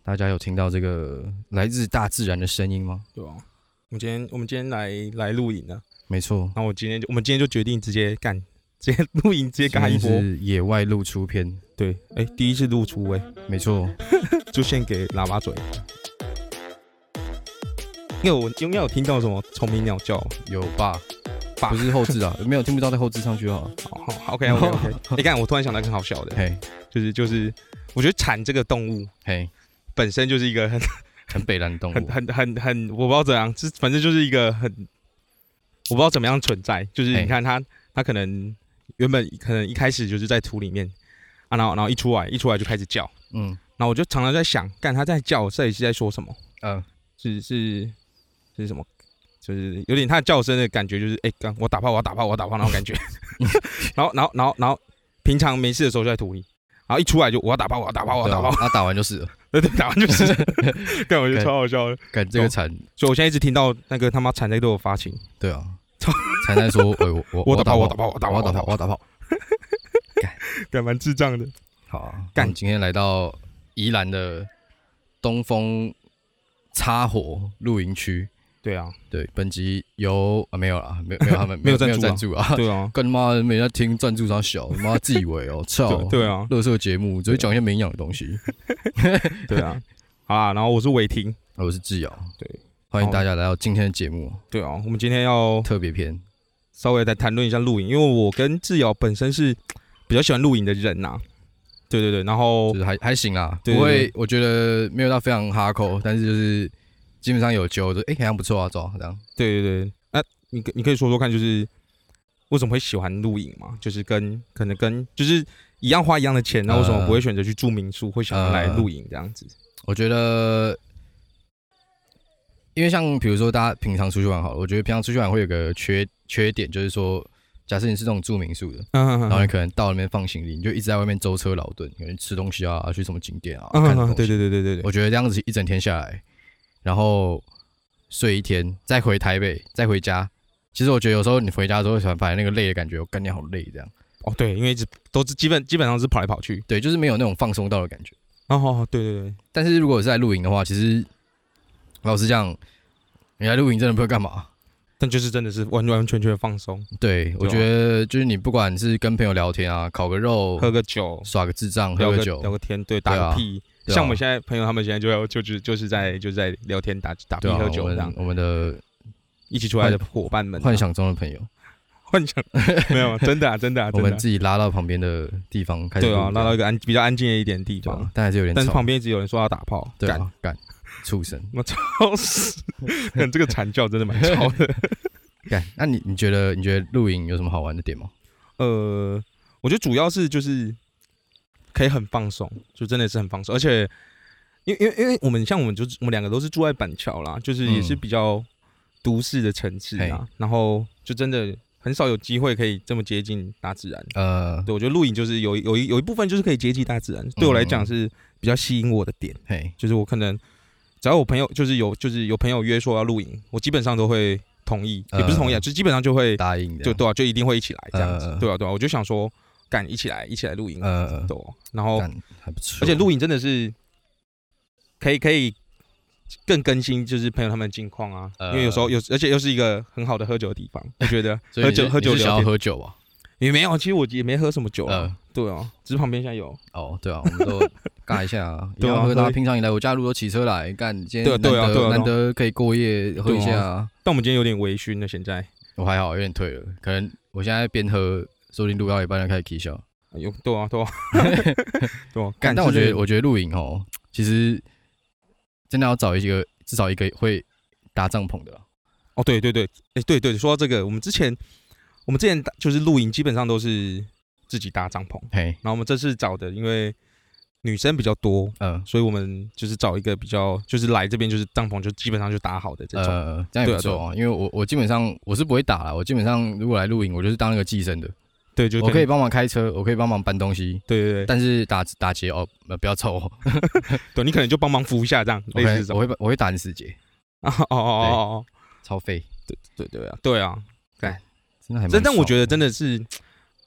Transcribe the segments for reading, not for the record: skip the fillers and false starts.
大家有听到这个来自大自然的声音吗？ 对啊，我们今天来露营了， 没错， 然后我们今天就决定直接露营，直接干一波。 是野外露出篇， 对，第一次露出没错， 就献给喇叭嘴。因为我应该有听到什么虫鸣鸟叫， 有吧？不是后置啊，没有听不到，在后置上去啊。 好 ，OK。你看，我突然想到更好笑的， 嘿， 就是，我觉得蝉这个动物， 嘿， 本身就是一个很北蓝的动物， 很，我不知道怎样，反正就是一个我不知道怎么样存在。就是你看它可能原本可能一开始就是在土里面啊，然后一出来就开始叫，然后我就常常在想，干它在叫，这里是在说什么？是什么？就是有点它的叫声的感觉，就是我打炮那种感觉。然后平常没事的时候就在土里，然后一出来就我要打炮， 他打完就死了。 对，打完就死了。干，我觉得超好笑的。 干这个蝉， 所以我现在一直听到那个他妈蝉在对我发情。 对啊，蝉在说我打炮。 干蛮智障的。 好，干今天来到宜兰的东风插火露营区。 对啊， 对，本集由没有啦，没有他们没有赞助啊， 对啊， 跟妈没人在听赞助啥小，妈自以为哦，操， 对啊， 垃圾节目只会讲一些没营养的东西， 对啊，好啦，然后我是伟霆， 我是志尧， 对， 欢迎大家来到今天的节目， 对啊，我们今天要特别篇， 稍微来谈论一下露营，因为我跟志尧本身是比较喜欢露营的人呐，对，然后就是还行啦， 对不会，我觉得没有到非常哈扣，但是就是基本上有揪，就好像不错啊，走这样。 对，那你可以说说看，就是为什么会喜欢露营嘛？就是可能跟就是一样花一样的钱，那为什么不会选择去住民宿，会想要来露营这样子？ 我觉得，因为像比如说大家平常出去玩好了，我觉得平常出去玩会有个缺点，就是说，假设你是这种住民宿的，然后你可能到那边放行李，你就一直在外面舟车劳顿，可能吃东西啊，去什么景点啊，看东西。 对， 我觉得这样子一整天下来，然后睡一天，再回台北，再回家。其实我觉得有时候你回家之后，突然发现那个累的感觉，我干你好累这样。 哦，对，因为都是基本上是跑来跑去， 对，就是没有那种放松到的感觉。 哦，对。 但是如果是在露营的话，其实老实讲，你来露营真的不会干嘛， 但就是真的是完全的放松。 对，我觉得就是你不管是跟朋友聊天啊，烤个肉， 喝个酒， 耍个智障，喝个酒， 聊个天，对，打个屁。像我们现在朋友，他们现在就是在聊天、打屁、喝酒这样。 我们的一起出来的伙伴们， 幻想中的朋友， 幻想没有，真的啊， 我们自己拉到旁边的地方开始， 对啊，拉到一个比较安静的一点的地方， 但还是有点吵， 但是旁边一直有人说要打炮， 对啊，干畜生， 我操死！看这个惨叫真的蛮吵的。 干，那你觉得露营有什么好玩的点吗？ 我觉得主要是就是可以很放松，就真的是很放松，而且因为我们两个都是住在板桥啦，就是也是比较都市的城市啊，然后就真的很少有机会可以这么接近大自然。对，我觉得露营就是有一部分就是可以接近大自然，对我来讲是比较吸引我的点。就是我可能只要我朋友就是有朋友约说要露营，我基本上都会同意，也不是同意啊，就基本上就会答应的， 就对啊，就一定会一起来这样子。对啊，我就想说，干一起来露营，对，然后还不错， 而且露营真的是可以更更新就是朋友他们的近况啊，因为有时候而且又是一个很好的喝酒的地方，我觉得喝酒想要喝酒啊？ 也没有，其实我也没喝什么酒啊，对啊，只是旁边现在有。 哦，对啊，我们都尬一下啊，对啊，然后平常你来我家，如果骑车来干，今天难得可以过夜喝一下啊。 但我们今天有点微醺了，现在我还好，有点退了，可能我现在边喝，说不定录到一半就开始起笑。 对啊，对啊， 但我觉得露营哦，其实真的要找至少一个会搭帐篷的啦。 哦，对，对，说到这个，我们之前就是露营，基本上都是自己搭帐篷。然后我们这次找的，因为女生比较多，所以我们就是找一个比较，就是来这边就是帐篷就基本上就搭好的这种。 这样也不错啊，因为我基本上我是不会打啦，我基本上如果来露营，我就是当那个寄生的。对，我可以帮忙开车，我可以帮忙搬东西。对，但是打结哦，不要凑哦。 对，你可能就帮忙扶一下这样，类似这种。 我会打你死结。 哦， 超废。 对啊， 干，真的还蛮爽的。 但我觉得真的是，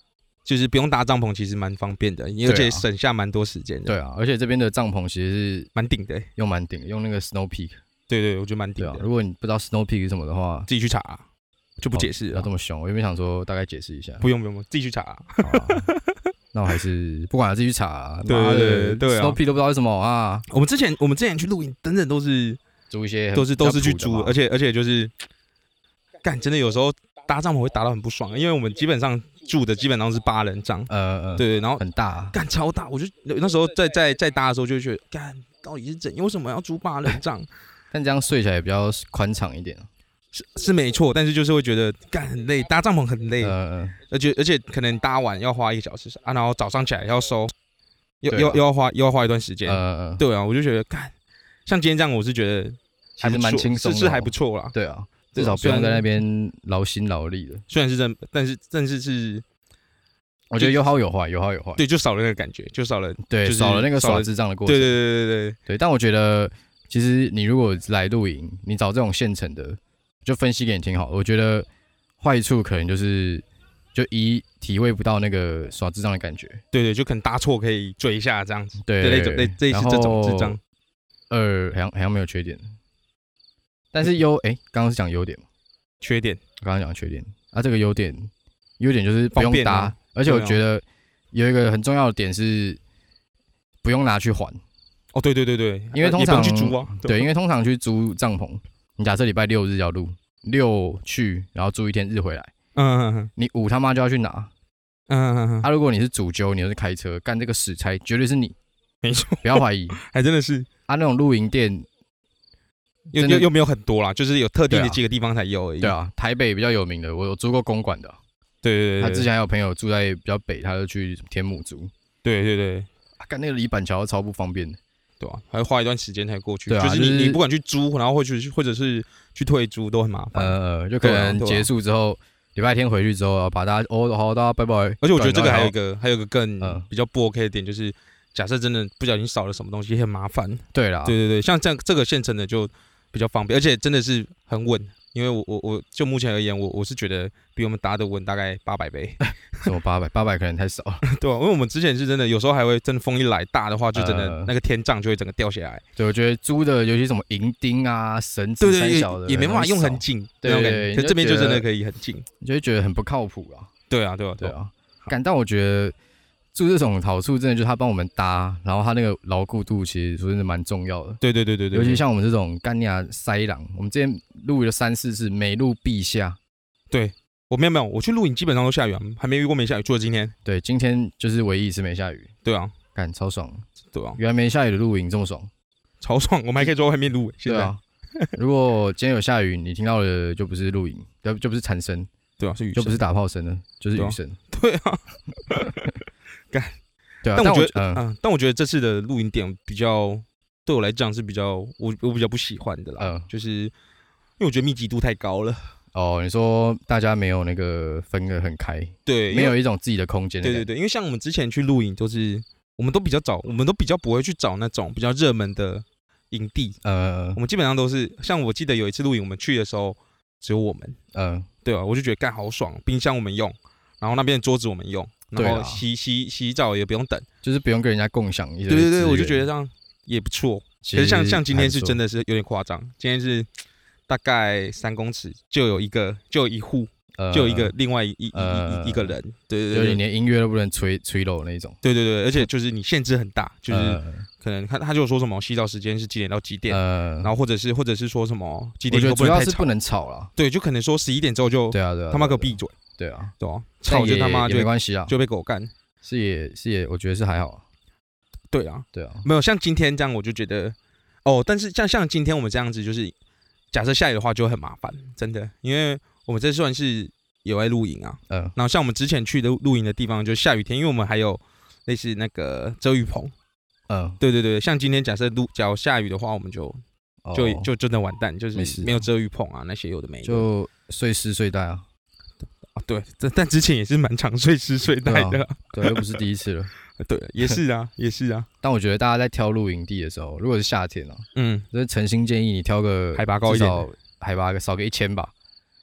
就是不用搭帐篷，其实蛮方便的，而且省下蛮多时间的。 对啊，而且这边的帐篷其实是蛮顶的， 用蛮顶，用那个 Snow Peak。 对，我觉得蛮顶的。 如果你不知道 Snow Peak 是什么的话， 自己去查，就不解释了。 要这么凶，我原本想说大概解释一下。 不用，自己去查。 那我还是不管了，自己去查。 对 ，Snow Peak 都不知道是什么啊。 我们之前去露营，等等都是租一些， 都是去租，而且就是干，真的有时候搭帐篷会搭到很不爽，因为我们基本上住的基本上是8人帐，对，然后很大， 干超大，我就那时候在搭的时候就觉得干到底是怎样，为什么要租8人帐？ 但这样睡起来也比较宽敞一点。 是没错，但是就是会觉得干很累，搭帐篷很累，而且可能搭完要花1个小时啊，然后早上起来要收，又要花一段时间，对啊，我就觉得干，像今天这样，我是觉得还是蛮轻松的， 是还不错啦， 对啊，至少不用在那边劳心劳力的， 虽然是真，但是我觉得有好有坏， 对，就少了那个感觉，就少了， 对，少了那个耍智障的过程， 对， 但我觉得其实你如果来露营，你找这种现成的。就分析给你听好了，我觉得坏处可能就是体会不到那个耍智障的感觉。 对，就可能搭错可以追一下这样子。 对， 类似这种智障。 好像没有缺点，但是刚刚是讲优点嘛？ 缺点， 我刚刚讲缺点啊，这个优点就是不用搭，而且我觉得有一个很重要的点是不用拿去还。 哦，对， 因为通常去租啊， 对，因为通常去租帐篷。你假设礼拜6日要录，6去，然后住1天，日回来，你5他妈就要去拿，如果你是主揪，你又是开车，干这个死差绝对是你， 没错， 不要怀疑， 还真的是， 那种露营店又没有很多啦，就是有特定的几个地方才有而已。 对啊，台北比较有名的，我有租过公馆的， 对， 他之前还有朋友住在比较北，他就去天母租， 对， 干那个离板桥超不方便的。 对啊，还要花一段时间才过去。 对啊， 就是你不管去租，然后或者是去退租都很麻烦。就可能结束之后，礼拜天回去之后，把大家好，大家拜拜。 而且我觉得这个还有一个更比较不 OK 的点，就是假设真的不小心少了什么东西，很麻烦。 对啦， 对，像这个现成的就比较方便，而且真的是很稳。因为我就目前而言，我是觉得比我们搭的稳大概800倍。 什么800可能太少了。 对啊，因为我们之前是真的，有时候还会真的风一来大的话，就真的那个天帐就会整个掉下来。 对，我觉得租的尤其什么银钉啊、绳子三小的， 也没办法用很紧，对，可这边就真的可以很紧， 你就会觉得很不靠谱啊。 对啊。 但我觉得住这种好处真的就是他帮我们搭，然后他那个牢固度其实说真的蛮重要的。 对， 尤其像我们这种干亚塞朗，我们之前露了3、4次，每露必下。 对，我没有，我去露营基本上都下雨啊，还没遇过没下雨，除了今天。 对，今天就是唯一一次没下雨。 对啊， 干超爽。 对啊， 原来没下雨的露营这么爽， 超爽，我们还可以坐外面露。 对啊，如果今天有下雨，你听到的就不是露营，就不是蝉声， 对啊，是雨声， 就不是打炮声了，就是雨声。 对啊，干。 对啊， 但我觉得这次的露营点比较对我来讲是比较我比较不喜欢的啦，就是因为我觉得密集度太高了。 哦，你说大家没有那个分得很开， 对， 没有一种自己的空间。 对，因为像我们之前去露营，就是我们都比较不会去找那种比较热门的营地。我们基本上都是像我记得有一次露营，我们去的时候只有我们。对啊，我就觉得干好爽，冰箱我们用，然后那边的桌子我们用。然后洗澡也不用等， 就是不用跟人家共享一些。 对，我就觉得这样也不错。可是像今天是真的是有点夸张，今天是大概3公尺就有一户，就有一个另外一个人。对， 就是你连音乐都不能吹漏那种。 对，而且就是你限制很大，就是可能他就说什么洗澡时间是几点到几点，然后或者是说什么几点以后不能太吵。 主要是不能吵啦。 对，就可能说11点之后就对啊， 他妈给我闭嘴。 对啊， 吵就他妈就没关系啊， 就被狗干。 是也，我觉得是还好。 对啊， 没有像今天这样，我就觉得但是像今天我们这样子，就是假设下雨的话就会很麻烦，真的，因为我们这算是野外露营啊。然后像我们之前去的露营的地方，就下雨天，因为我们还有类似那个遮雨棚。对，像今天假设假如下雨的话，我们就真的完蛋，就是没有遮雨棚啊，那些有的没的， 就睡湿睡袋啊。 对，但之前也是蛮常睡湿睡袋的。 对，又不是第一次了。 对，也是啊。 但我觉得大家在挑露营地的时候，如果是夏天啊，就是诚心建议你挑个海拔高一点， 海拔少个1000吧。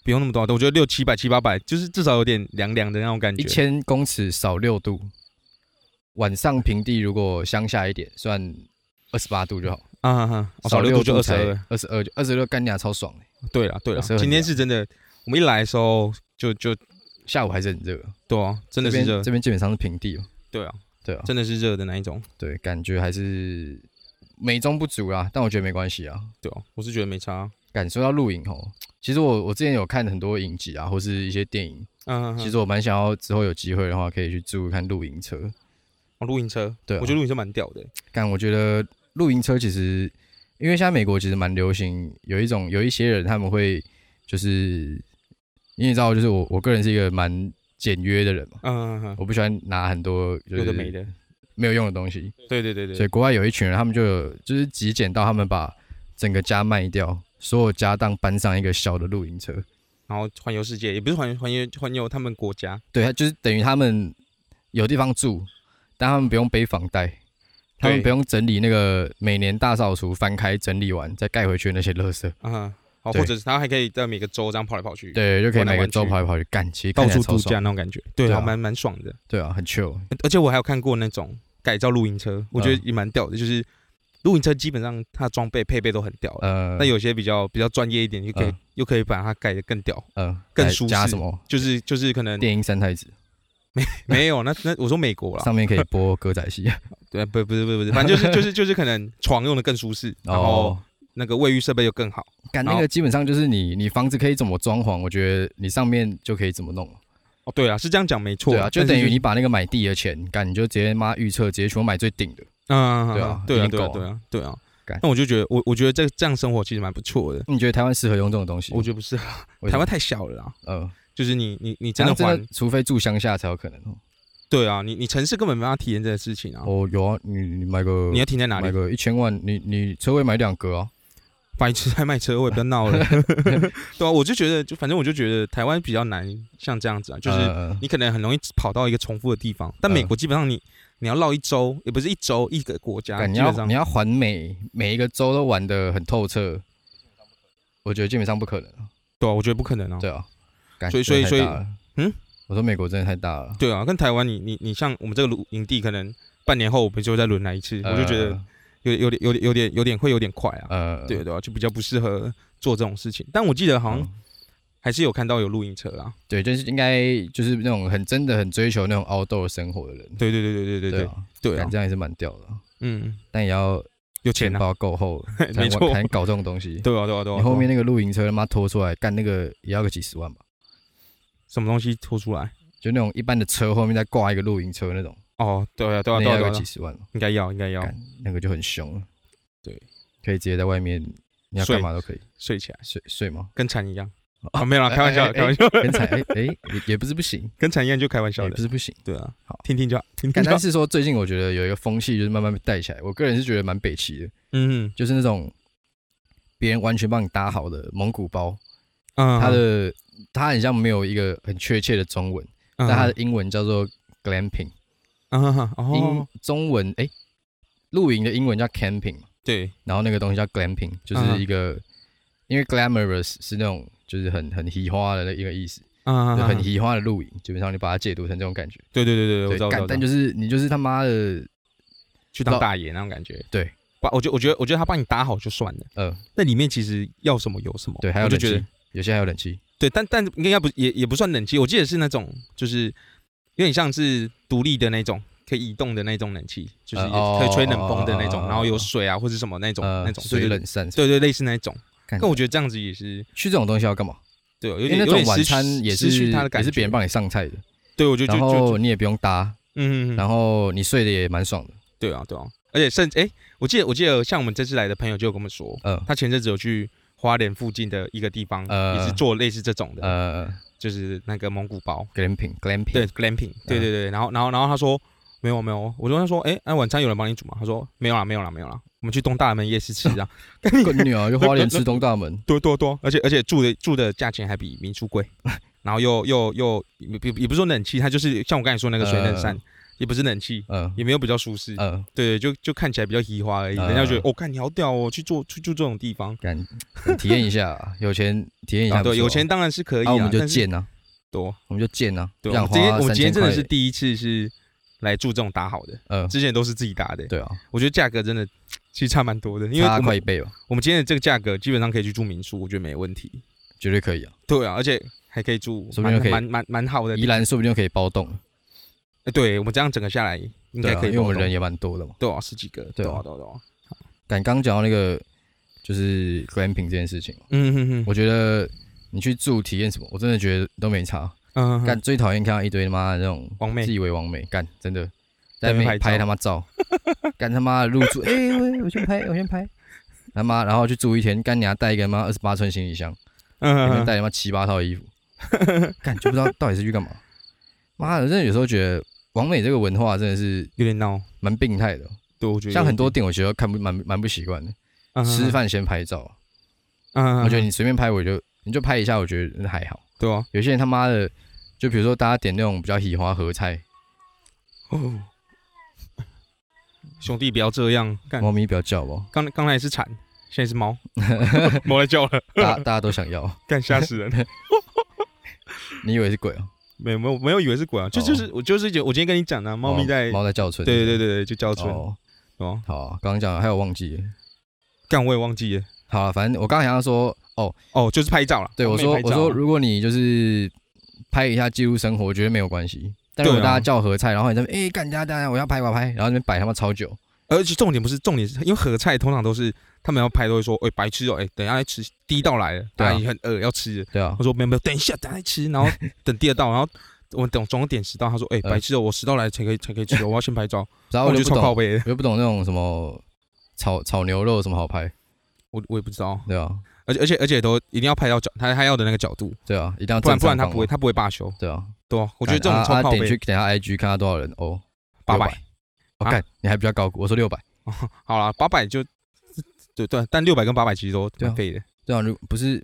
不用那么多，我觉得600、700、700-800，就是至少有点凉凉的那种感觉。 1000公尺少6度，晚上平地如果乡下一点，算28度就好。 少6度就 22干娘超爽的。 对了，今天是真的，我们一来的时候就下午还是很热。 对啊，真的是热。 这边基本上是平地。对啊， 真的是热的那一种。 对，感觉还是美中不足啦，但我觉得没关系啊。 对啊，我是觉得没差。 感受到露营吼，其实我之前有看很多影集啊，或是一些电影。其实我蛮想要之后有机会的话，可以去租看露营车。 露营车， 对， 我觉得露营车蛮屌的。 我觉得露营车其实，因为现在美国其实蛮流行，有一些人他们会就是，因为你知道，就是我个人是一个蛮简约的人嘛。我不喜欢拿很多就是有的没的没有用的东西。 对。 所以国外有一群人，他们就是极简到他们把整个家卖掉，所有家当搬上一个小的露营车， 然后环游世界，也不是环游他们国家。 对，就是等于他们有地方住，但他们不用背房贷，他们不用整理那个每年大扫除翻开整理完再盖回去的那些垃圾。 或者是他还可以在每个州这样跑来跑去。 对，就可以每个州跑来跑去干，其实到处度假那种感觉。对啊，蛮爽的。 对啊，很 chill。 而且我还有看过那种改造露营车，我觉得也蛮屌的。就是露营车基本上它的装备配备都很屌了，那有些比较专业一点，又可以把它改得更屌，更舒适。 加什么？ 就是可能电音三太子。 没有，那我说美国啦， 上面可以播歌仔戏。 对，不是，反正就是可能床用的更舒适，然后那个卫浴设备又更好。 那个基本上就是你房子可以怎么装潢，我觉得你上面就可以怎么弄。 对啊，是这样讲没错。 对啊，就等于你把那个买地的钱，你就直接预测，直接全部买最顶的。对啊。那我就觉得，我觉得这样生活其实蛮不错的。 你觉得台湾适合用这种东西？ 我觉得不适合，台湾太小了啦。就是你真的除非住乡下才有可能。 对啊，你城市根本没办法体验这个事情啊。 有啊，你买个， 你要停在哪里？ 买个1000万，你车位买2个啊。 白痴还卖车位，不要闹了。对啊，我就觉得，反正我就觉得台湾比较难，像这样子啊，就是你可能很容易跑到一个重复的地方。但美国基本上你要绕一周，也不是一周一个国家， 你要环每一个州都玩得很透彻，我觉得基本上不可能。 对啊，我觉得不可能啊。 对啊， 所以， 我说美国真的太大了。 对啊，跟台湾你像我们这个营地，可能半年后我们就再轮来一次，我就觉得有点快啊。对啊，就比较不适合做这种事情。但我记得好像还是有看到有露营车啦。 对，就是应该就是那种真的很追求那种 outdoor 生活的人。 对啊， 这样也是蛮屌的。但也要有钱包够厚， 没错， 才能搞这种东西。 对啊。 你后面那个露营车他妈拖出来干那个也要个几十万吧？ 什么东西拖出来？ 就那种一般的车后面再挂一个露营车那种。 对啊， 那要个几十万。 应该要。 那个就很凶了。 对， 可以直接在外面，你要干嘛都可以。 睡起来。 睡吗？ 跟蝉一样。没有啦，开玩笑。 跟蝉也不是不行， 跟蝉一样就开玩笑的， 不是不行。 对啊，好，听听就好。 但是说最近我觉得有一个风气就是慢慢被带起来，我个人是觉得蛮北齐的。就是那种别人完全帮你搭好的蒙古包，它很像没有一个很确切的中文，但它的英文叫做 glamping。中文露营的英文叫 camping。 对， 然后那个东西叫 glamping， 就是一个，因为 glamorous 是那种就是很嘻花的一个意思，很嘻花的露营，基本上你把它解读成这种感觉。对， 我知道。 但就是你就是他妈的去当大爷那种感觉。对，我觉得他帮你搭好就算了。那里面其实要什么有什么。 对，还有冷气，有些还有冷气。 对，但应该不也不算冷气，我记得是那种就是有点像是独立的那种。可以移动的那种冷气，就是可以吹冷风的那种，然后有水啊或者什么那种水冷扇， 对，类似那种。但我觉得这样子也是去这种东西要干嘛？ 对， 因为那种晚餐也是别人帮你上菜的。 对，我觉得然后你也不用搭，然后你睡得也蛮爽的。 对啊，而且甚至我记得像我们这次来的朋友就有跟我们说，他前阵子有去花莲附近的一个地方，也是做类似这种的，就是那个蒙古包 glamping， 对 glamping， 对，然后他说。没有，我就问他说，晚餐有人帮你煮吗？他说没有啦，我们去东大门夜市吃啊。 跟你啊，就花莲吃东大门。 对，而且住的价钱还比民宿贵，然后又也不是说冷气，它就是像我刚才说那个水冷扇， 也不是冷气，也没有比较舒适，对，就看起来比较移花而已。人家觉得看你好屌哦，去住这种地方， 体验一下，有钱体验一下。 对，有钱当然是可以啊， 我们就贱啊， 对， 我们就贱啊。 对，我们今天真的是第一次是来住这种打好的，之前都是自己打的。 对啊， 我觉得价格真的其实差蛮多的，因为差快1倍吧。 我们今天的这个价格基本上可以去住民宿，我觉得没问题， 绝对可以啊。 对啊，而且还可以住， 说不定可以蛮好的。 宜兰说不定可以包栋。 对，我们这样整个下来应该可以， 因为我们人也蛮多的嘛。 对啊，10几个。对啊。 刚讲到那个就是 glamping 这件事情，我觉得你去住体验什么，我真的觉得都没差。干最讨厌看到一堆他妈的那种自以为网美，干真的在那边拍他妈照，干他妈的入住，我先拍，他妈然后去住一天，干你还带一个妈28寸行李箱，里面带他妈7、8套衣服，干就不知道到底是去干嘛。妈的，真的有时候觉得网美这个文化真的是有点闹， 蛮病态的。 对，我觉得像很多店，我觉得蛮不习惯的。吃饭先拍照，我觉得你随便拍，你就拍一下，我觉得还好。 对啊， 有些人他妈的，就比如说大家点那种比较喜欢合菜， 兄弟不要这样， 猫咪不要叫吧。 刚才是蝉，现在是猫，猫来叫了， 大家都想要， 干吓死人。 你以为是鬼啊？ 没有以为是鬼啊，就是我今天跟你讲的，猫在叫春， 对，就叫春。 好啊，刚刚讲还有忘记了， 干我也忘记了。 好了，反正我刚刚想要说， 就是拍照了。 对，我说如果你就是拍一下记录生活，我觉得没有关系。但如果大家叫合菜，然后你在那边干大家我要拍，然后那边摆他妈超久。 而且重点是因为合菜通常都是他们要拍都会说，白痴哦，等一下来吃，第一道来了，大家也很饿要吃了。 对啊， 他说没有，等一下等下吃，然后等第2道，然后我们总共点10道，他说白痴哦，我10道来才可以吃，我要先拍照。 然后我就超靠背的， 我又不懂那种什么炒牛肉什么好拍， 我也不知道。 对啊， 而且都一定要拍到他要的那个角度。 对啊，一定要不然他不会罢休。 对啊， 我觉得这种超靠背。 点下 IG 看他多少人 800。 我干，你还比较高估，我说600。 好啦，800就对，但600跟800其实都蛮废的。 对啊，不是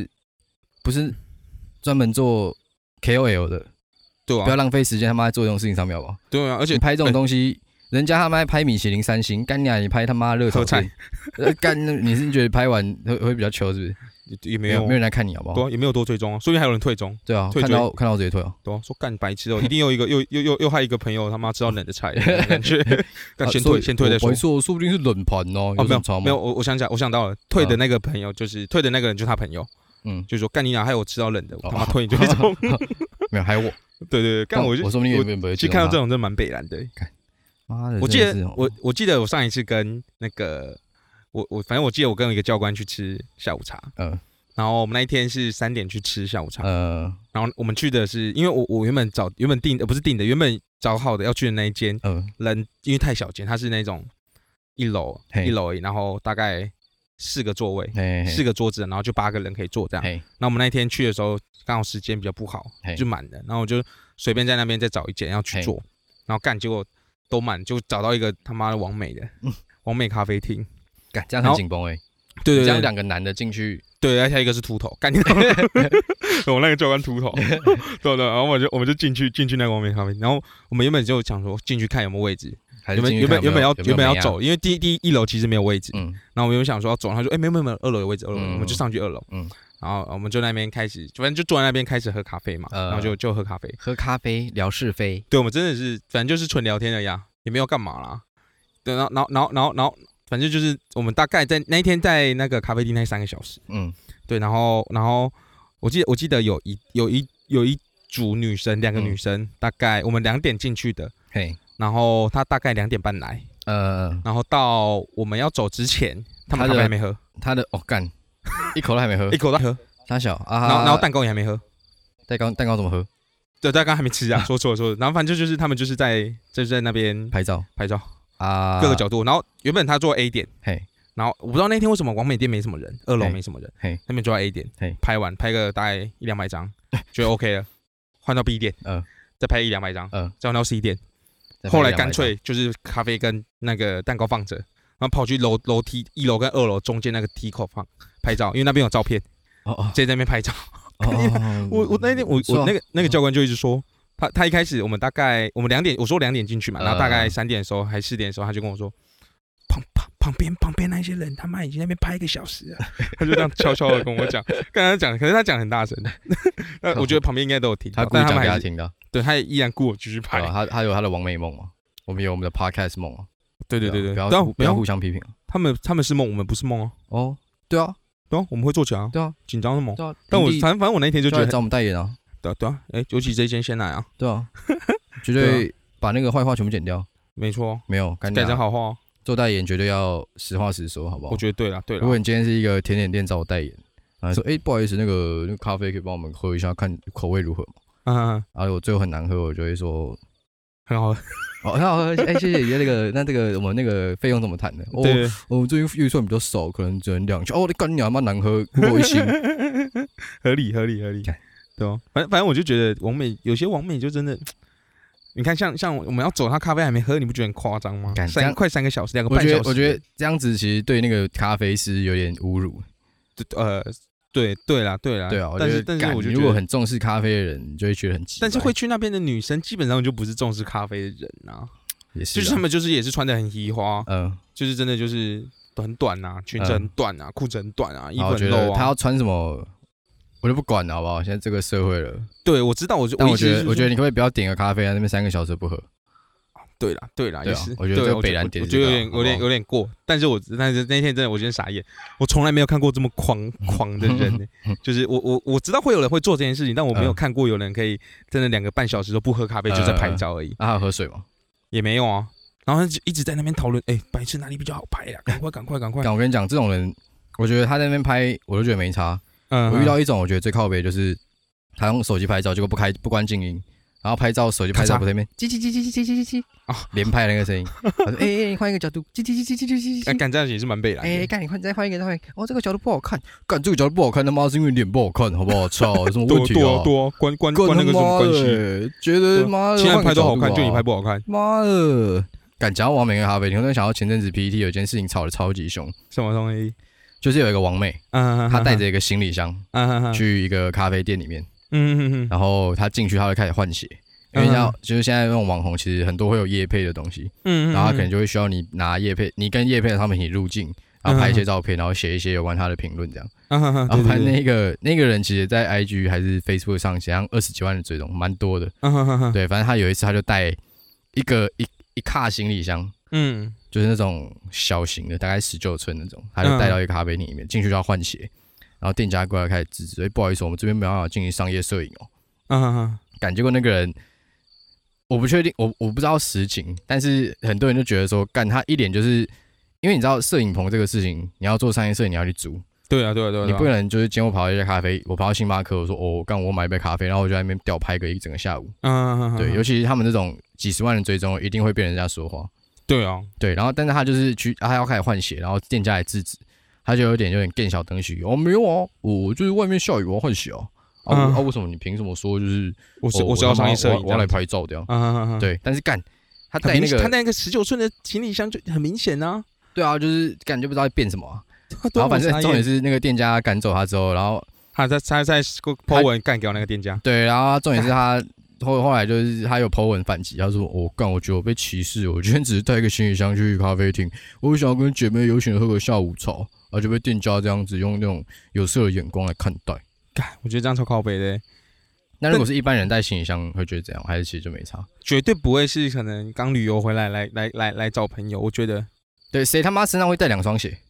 专门做 KOL 的， 对啊， 不要浪费时间他妈做这种事情上面好不好？ 对啊，而且你拍这种东西，人家他妈拍米其林3星，干你拍他妈热炒店，干你是觉得拍完会比较糗是不是？ 也没有人来看你好不好？ 对啊，也没有多追踪啊，说不定还有人退踪。 对啊，看到直接退啊。 对啊，说干白痴哦，一定有一个又害一个朋友他妈吃到冷的菜，感觉先退再说。 说不定是冷盘哦。 没有，我想到了，退的那个朋友就是退的那个人就是他朋友，就是说干你害我吃到冷的，我他妈退你就那种。 没有，还有我。 对，干我说不定原本去看到这种真的蛮北蓝的。 妈的， 我记得我上一次跟那个反正我记得我跟一个教官去吃下午茶，然后我们那一天是3点去吃下午茶，然后我们去的是因为我原本订的不是订的，原本找好的要去的那一间，人因为太小间，它是那种一楼而已，然后大概4个座位，4个桌子，然后就8个人可以坐这样。那我们那一天去的时候刚好时间比较不好，就满了，然后我就随便在那边再找一间要去坐，然后结果都满，就找到一个他妈的网美的网美咖啡厅， 这样很紧绷对，这样2个男的进去。 对，而且一个是秃头，干你！我那个教官秃头，对，然后我们就进去那个网美咖啡，然后我们原本就想说进去看有没有位置，原本要走，因为第1楼其实没有位置，然后我们原本想说要走，他说没有2楼有位置，2楼我们就上去2楼，然后我们就那边开始，反正就坐在那边开始喝咖啡嘛，然后就喝咖啡聊是非， 对，我们真的是反正就是纯聊天的呀，也没有干嘛啦，对，然后。反正就是我们大概在那一天在那个咖啡厅那3个小时，对，然后我记得有一组女生，2个女生，大概我们2点进去的，然后她大概2点半来，然后到我们要走之前，他们咖啡还没喝， 她的干，一口都还没喝， 一口都喝， 傻小啊，然后蛋糕也还没喝， 蛋糕怎么喝？ 对，蛋糕还没吃啊，说错了，然后反正就是他们就是在那边拍照。 各个角度，然后原本他坐 A 点，然后我不知道那天为什么网美店没什么人，2楼没什么人，那边坐在 A 点，拍个大概100-200张，觉得 OK 了，换到 B 点，再拍100-200张，再换到 C 点，后来干脆就是咖啡跟那个蛋糕放着，然后跑去楼梯1楼跟2楼中间那个梯口拍照，因为那边有照片，直接在那边拍照。我那天我那个教官就一直说。 他一开始我们2点，我说2点进去嘛，然后大概3点的时候还4点的时候，他就跟我说，旁边那些人他妈已经在那边拍1个小时了，他就这样悄悄的跟我讲，跟他讲，可是他讲很大声，我觉得旁边应该都有听， 他故意讲给他听的， 对，他也依然顾我继续拍， 他有他的完美梦嘛，我们有我们的 podcast 梦啊， 对， 不要互相批评， 他们是梦，我们不是梦啊， 哦，对啊， 我们会做起来， 对啊， 紧张的梦， 对啊， 但我反正我那天就觉得找我们代言啊， 对啊，尤其这一间鲜奶啊， 对啊，绝对把那个坏话全部剪掉， 没错， 没有改成好话。 做代言绝对要实话实说，好不好？ 我觉得对了。 如果你今天是一个甜点店找我代言，然后说，不好意思，那个咖啡可以帮我们喝一下，看口味如何嘛？然后我最后很难喝，我就会说很好喝， 很好喝，谢谢。那这个我们那个费用怎么谈的？我最近预算比较少，可能只能2千。你干你他妈难喝，给我1星， 合理，对哦。反正我就觉得有些网美就真的。你看，像我们要走，他咖啡还没喝，你不觉得很夸张吗？快3个小时，2个半小时。 我觉得这样子其实对那个咖啡师有点侮辱。 对啦。 对啊，但是我觉得如果很重视咖啡的人，你就会觉得很奇怪。 但是会去那边的女生，基本上就不是重视咖啡的人啊。 也是， 就是他们也是穿得很嘻花，就是真的就是很短啊，裙子很短啊，裤子很短啊，衣服很露啊。 他要穿什么？我就不管了，好不好？现在这个社会了， 对，我知道，我觉得你可不可以不要点个咖啡在那边3个小时不喝？ 对啦，也是。 我觉得这个北兰点， 我觉得有点过。但是那天真的，我今天傻眼，我从来没有看过这么狂的人呢。就是我知道会有人会做这件事情，但我没有看过有人可以真的2个半小时都不喝咖啡，就在拍照而已。 还有喝水吗？ 也没有啊。然后一直在那边讨论，白痴哪里比较好拍呀？赶快！ 我跟你讲，这种人，我觉得他在那边拍，我就觉得没差。我遇到一种我觉得最靠北，就是他用手机拍照，结果不关静音，然后拍照手机拍照不对面，叽连拍那个声音。他说：“你换一个角度，叽。” 干这样也是蛮背的。 干你再换一个，这个角度不好看，干这个角度不好看，他妈是因为脸不好看，好不好？操，有什么问题啊？ 对啊，关那个什么关系？ 觉得妈的， 现在拍都好看，就你拍不好看， 妈的！敢讲到王美跟咖啡，你会想到前阵子 PTT 有一件事情吵得超级凶， 什么东西？ 就是有一个王美，她带着一个行李箱去一个咖啡店里面，然后她进去，她就开始换鞋，因为就是现在那种网红，其实很多会有业配的东西，然后她可能就会需要你拿业配，你跟业配的商品一起入镜，然后拍一些照片，然后写一些有关她的评论这样，然后拍那个人其实，在 IG 还是 Facebook 上，好像20几万的追踪，蛮多的，对，反正他有一次他就带一卡行李箱，就是那种小型的，大概19寸那种，他就带到一个咖啡厅里面，进去就要换鞋，然后店家过来开始制止，不好意思，我们这边没办法进行商业摄影哦。结果那个人，我不确定，我不知道实情，但是很多人就觉得说，他一脸就是，因为你知道摄影棚这个事情，你要做商业摄影，你要去租。 对啊， 你不能就是今天我跑到一家咖啡，我跑到星巴克，我说我买一杯咖啡，然后我就在那边吊拍个一整个下午。对，尤其是他们这种几十万人追踪，一定会被人家说话。 对啊， 对，然后但是他就是他要开始换鞋，然后店家也制止，他就有点更小灯虚。没有啊，我就是外面下雨我要换鞋啊。为什么你凭什么说就是我是要商业摄影， 我要来拍照的呀？对，但是他带那个19寸的行李箱就很明显啊。 对啊，就是就不知道在变什么。然后反正重点是那个店家赶走他之后，然后他在 po 文干掉那个店家。 对，然后重点是他后来就是他有 po 文反击，他说我觉得我被歧视，我今天只是带一个行李箱去咖啡厅，我想要跟姐妹悠闲的喝个下午茶，然后就被店家这样子用那种有色的眼光来看待。 我觉得这样超靠北的。 那如果是一般人带行李箱，会觉得怎样？还是其实就没差？ 绝对不会是可能刚旅游回来找朋友。我觉得， 对，谁他妈身上会带2双鞋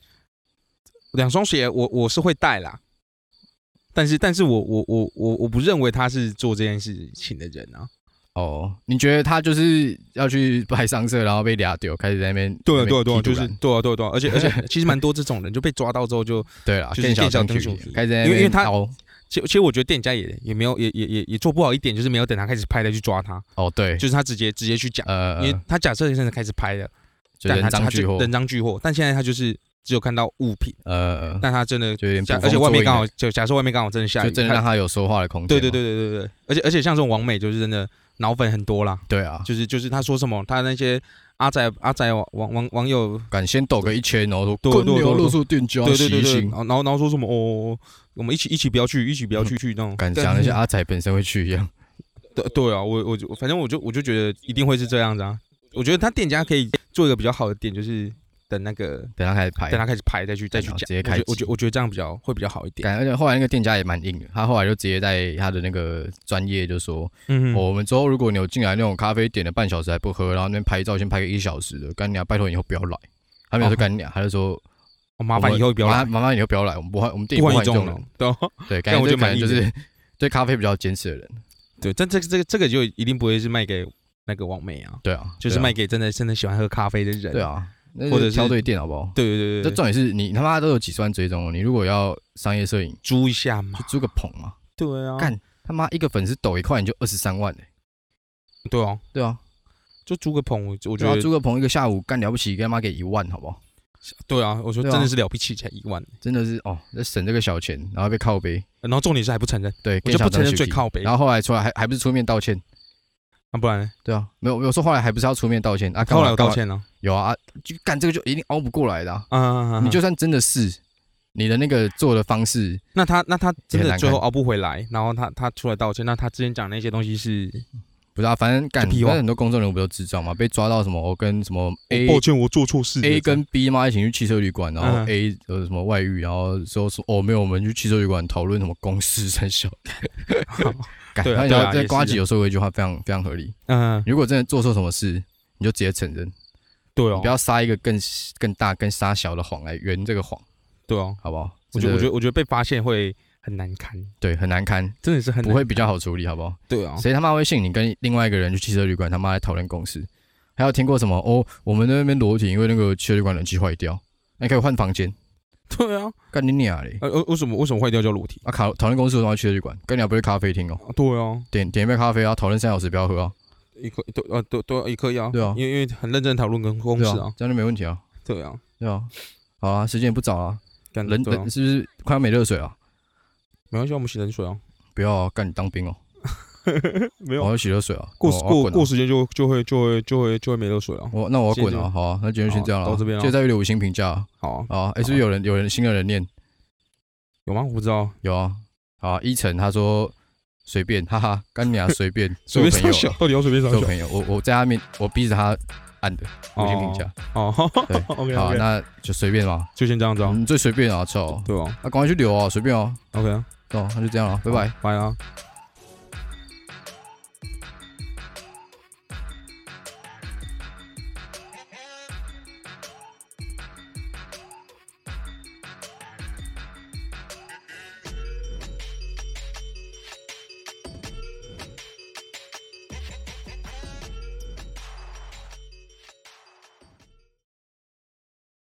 ？2双鞋我是会带啦，但是我不认为他是做这件事情的人啊。 你觉得他就是要去拍上色，然后被俩丢，开始在那边对，就是对啊，而且其实蛮多这种人就被抓到之后就对啦， 就是更小灯数， 开始在那边因为他其实我觉得店家也没有也做不好一点，就是没有等他开始拍的去抓他。对，就是他直接去讲，因为他假设现在开始拍了， 人赃俱获，但现在他就是只有看到物品，但他真的就有点， 而且外面刚好假设外面刚好真的下雨， 就真的让他有说话的空间。 对，而且像这种网美就是真的脑粉很多啦。 对啊， 就是他说什么，他那些阿仔网友敢先抖个1000，然后说滚牛露宿店家习性， 然后说什么我们一起不要去那种， 敢讲那些阿仔本身会去一样。 对啊，反正我就觉得一定会是这样子啊。我觉得他店家可以做一个比较好的点，就是等他开始排再去讲， 直接开。 我觉得这样会比较好一点。 而且后来那个店家也蛮硬的，他后来就直接在他的那个专业就说，我们之后如果你有进来那种咖啡点了半小时还不喝，然后那边拍照先拍个1小时的，干娘拜托你以后不要来。他没有说干娘，他就说麻烦以后不要来， 麻烦以后不要来，我们店不换这种人。对，感觉就可能就是对咖啡比较坚持的人。 对，但这个就一定不会是卖给那个网美啊。 对啊， 就是卖给真的喜欢喝咖啡的人。 对啊。或者挑对店好不好？ 对。 这重点是你他妈都有几十万追踪了，你如果要商业摄影， 租一下嘛， 就租个棚嘛。 对啊， 干他妈一个粉丝抖1块你就23万对啊，就租个棚，我觉得租个棚一个下午干了不起，干妈给1万好不好？ 对啊，我说真的是了不起，才1万， 真的是在省这个小钱，然后被靠背， 然后重点是还不承认， 对， 我就不承认最靠背。 然后后来出来还不是出面道歉。 不然呢？ 对啊，没有说后来还不是要出面道歉啊？ 后来有道歉呢？ 有啊，就干这个就一定熬不过来的啊！你就算真的是你的那个做的方式， 那他真的最后熬不回来，然后他出来道歉，那他之前讲那些东西是不知道？反正干很多公众人物不都智障嘛？被抓到什么我跟什么 A， 抱歉我做错事 ，A 跟 B 嘛一起去汽车旅馆，然后 A 有什么外遇，然后说没有，我们去汽车旅馆讨论什么公事三小。对啊，在呱吉有说过一句话非常非常合理。如果真的做错什么事，你就直接承认。 对哦， 你不要撒一个更大、更撒小的谎来圆这个谎。 对哦， 好不好？ 我觉得被发现会很难堪。 对，很难堪， 真的是很难堪， 不会比较好处理，好不好？ 对啊， 谁他妈会信你跟另外一个人去汽车旅馆他妈来讨论公事？还有听过什么我们那边裸体，因为那个汽车旅馆冷气坏掉，那你可以换房间。 对啊， 干你娘嘞！ 为什么坏掉叫裸体？ 讨论公司为什么要去汽车旅馆？干你娘不是咖啡厅哦？ 对啊， 点一杯咖啡啊，讨论3小时不要喝啊。 都也可以啊。 对啊， 因为很认真讨论跟公司啊， 这样就没问题啊。 对啊， 好啊，时间也不早啊，人是不是快要没热水了？ 没关系，我们洗冷水啊。 不要啊，干你当兵哦。 没有， 我要洗热水啊。 过时间就会没热水啊。 那我要滚啊！好啊，那今天先这样了， 到这边了。 谢谢再留5星评价。 好啊，是不是有人新的人念？有吗？我不知道。 有啊。好，依晨他说随便，哈哈，干你啊，随便， 随便上小，到底要随便上小？ 做朋友，我在他面，我逼着他按的5星评价。对 ，OK， 好，那就随便嘛， 就先这样子啊。 你最随便啊，操！ 对啊， 赶快去留啊，随便啊。 OK 啊， 那就这样了，拜拜， 拜啊。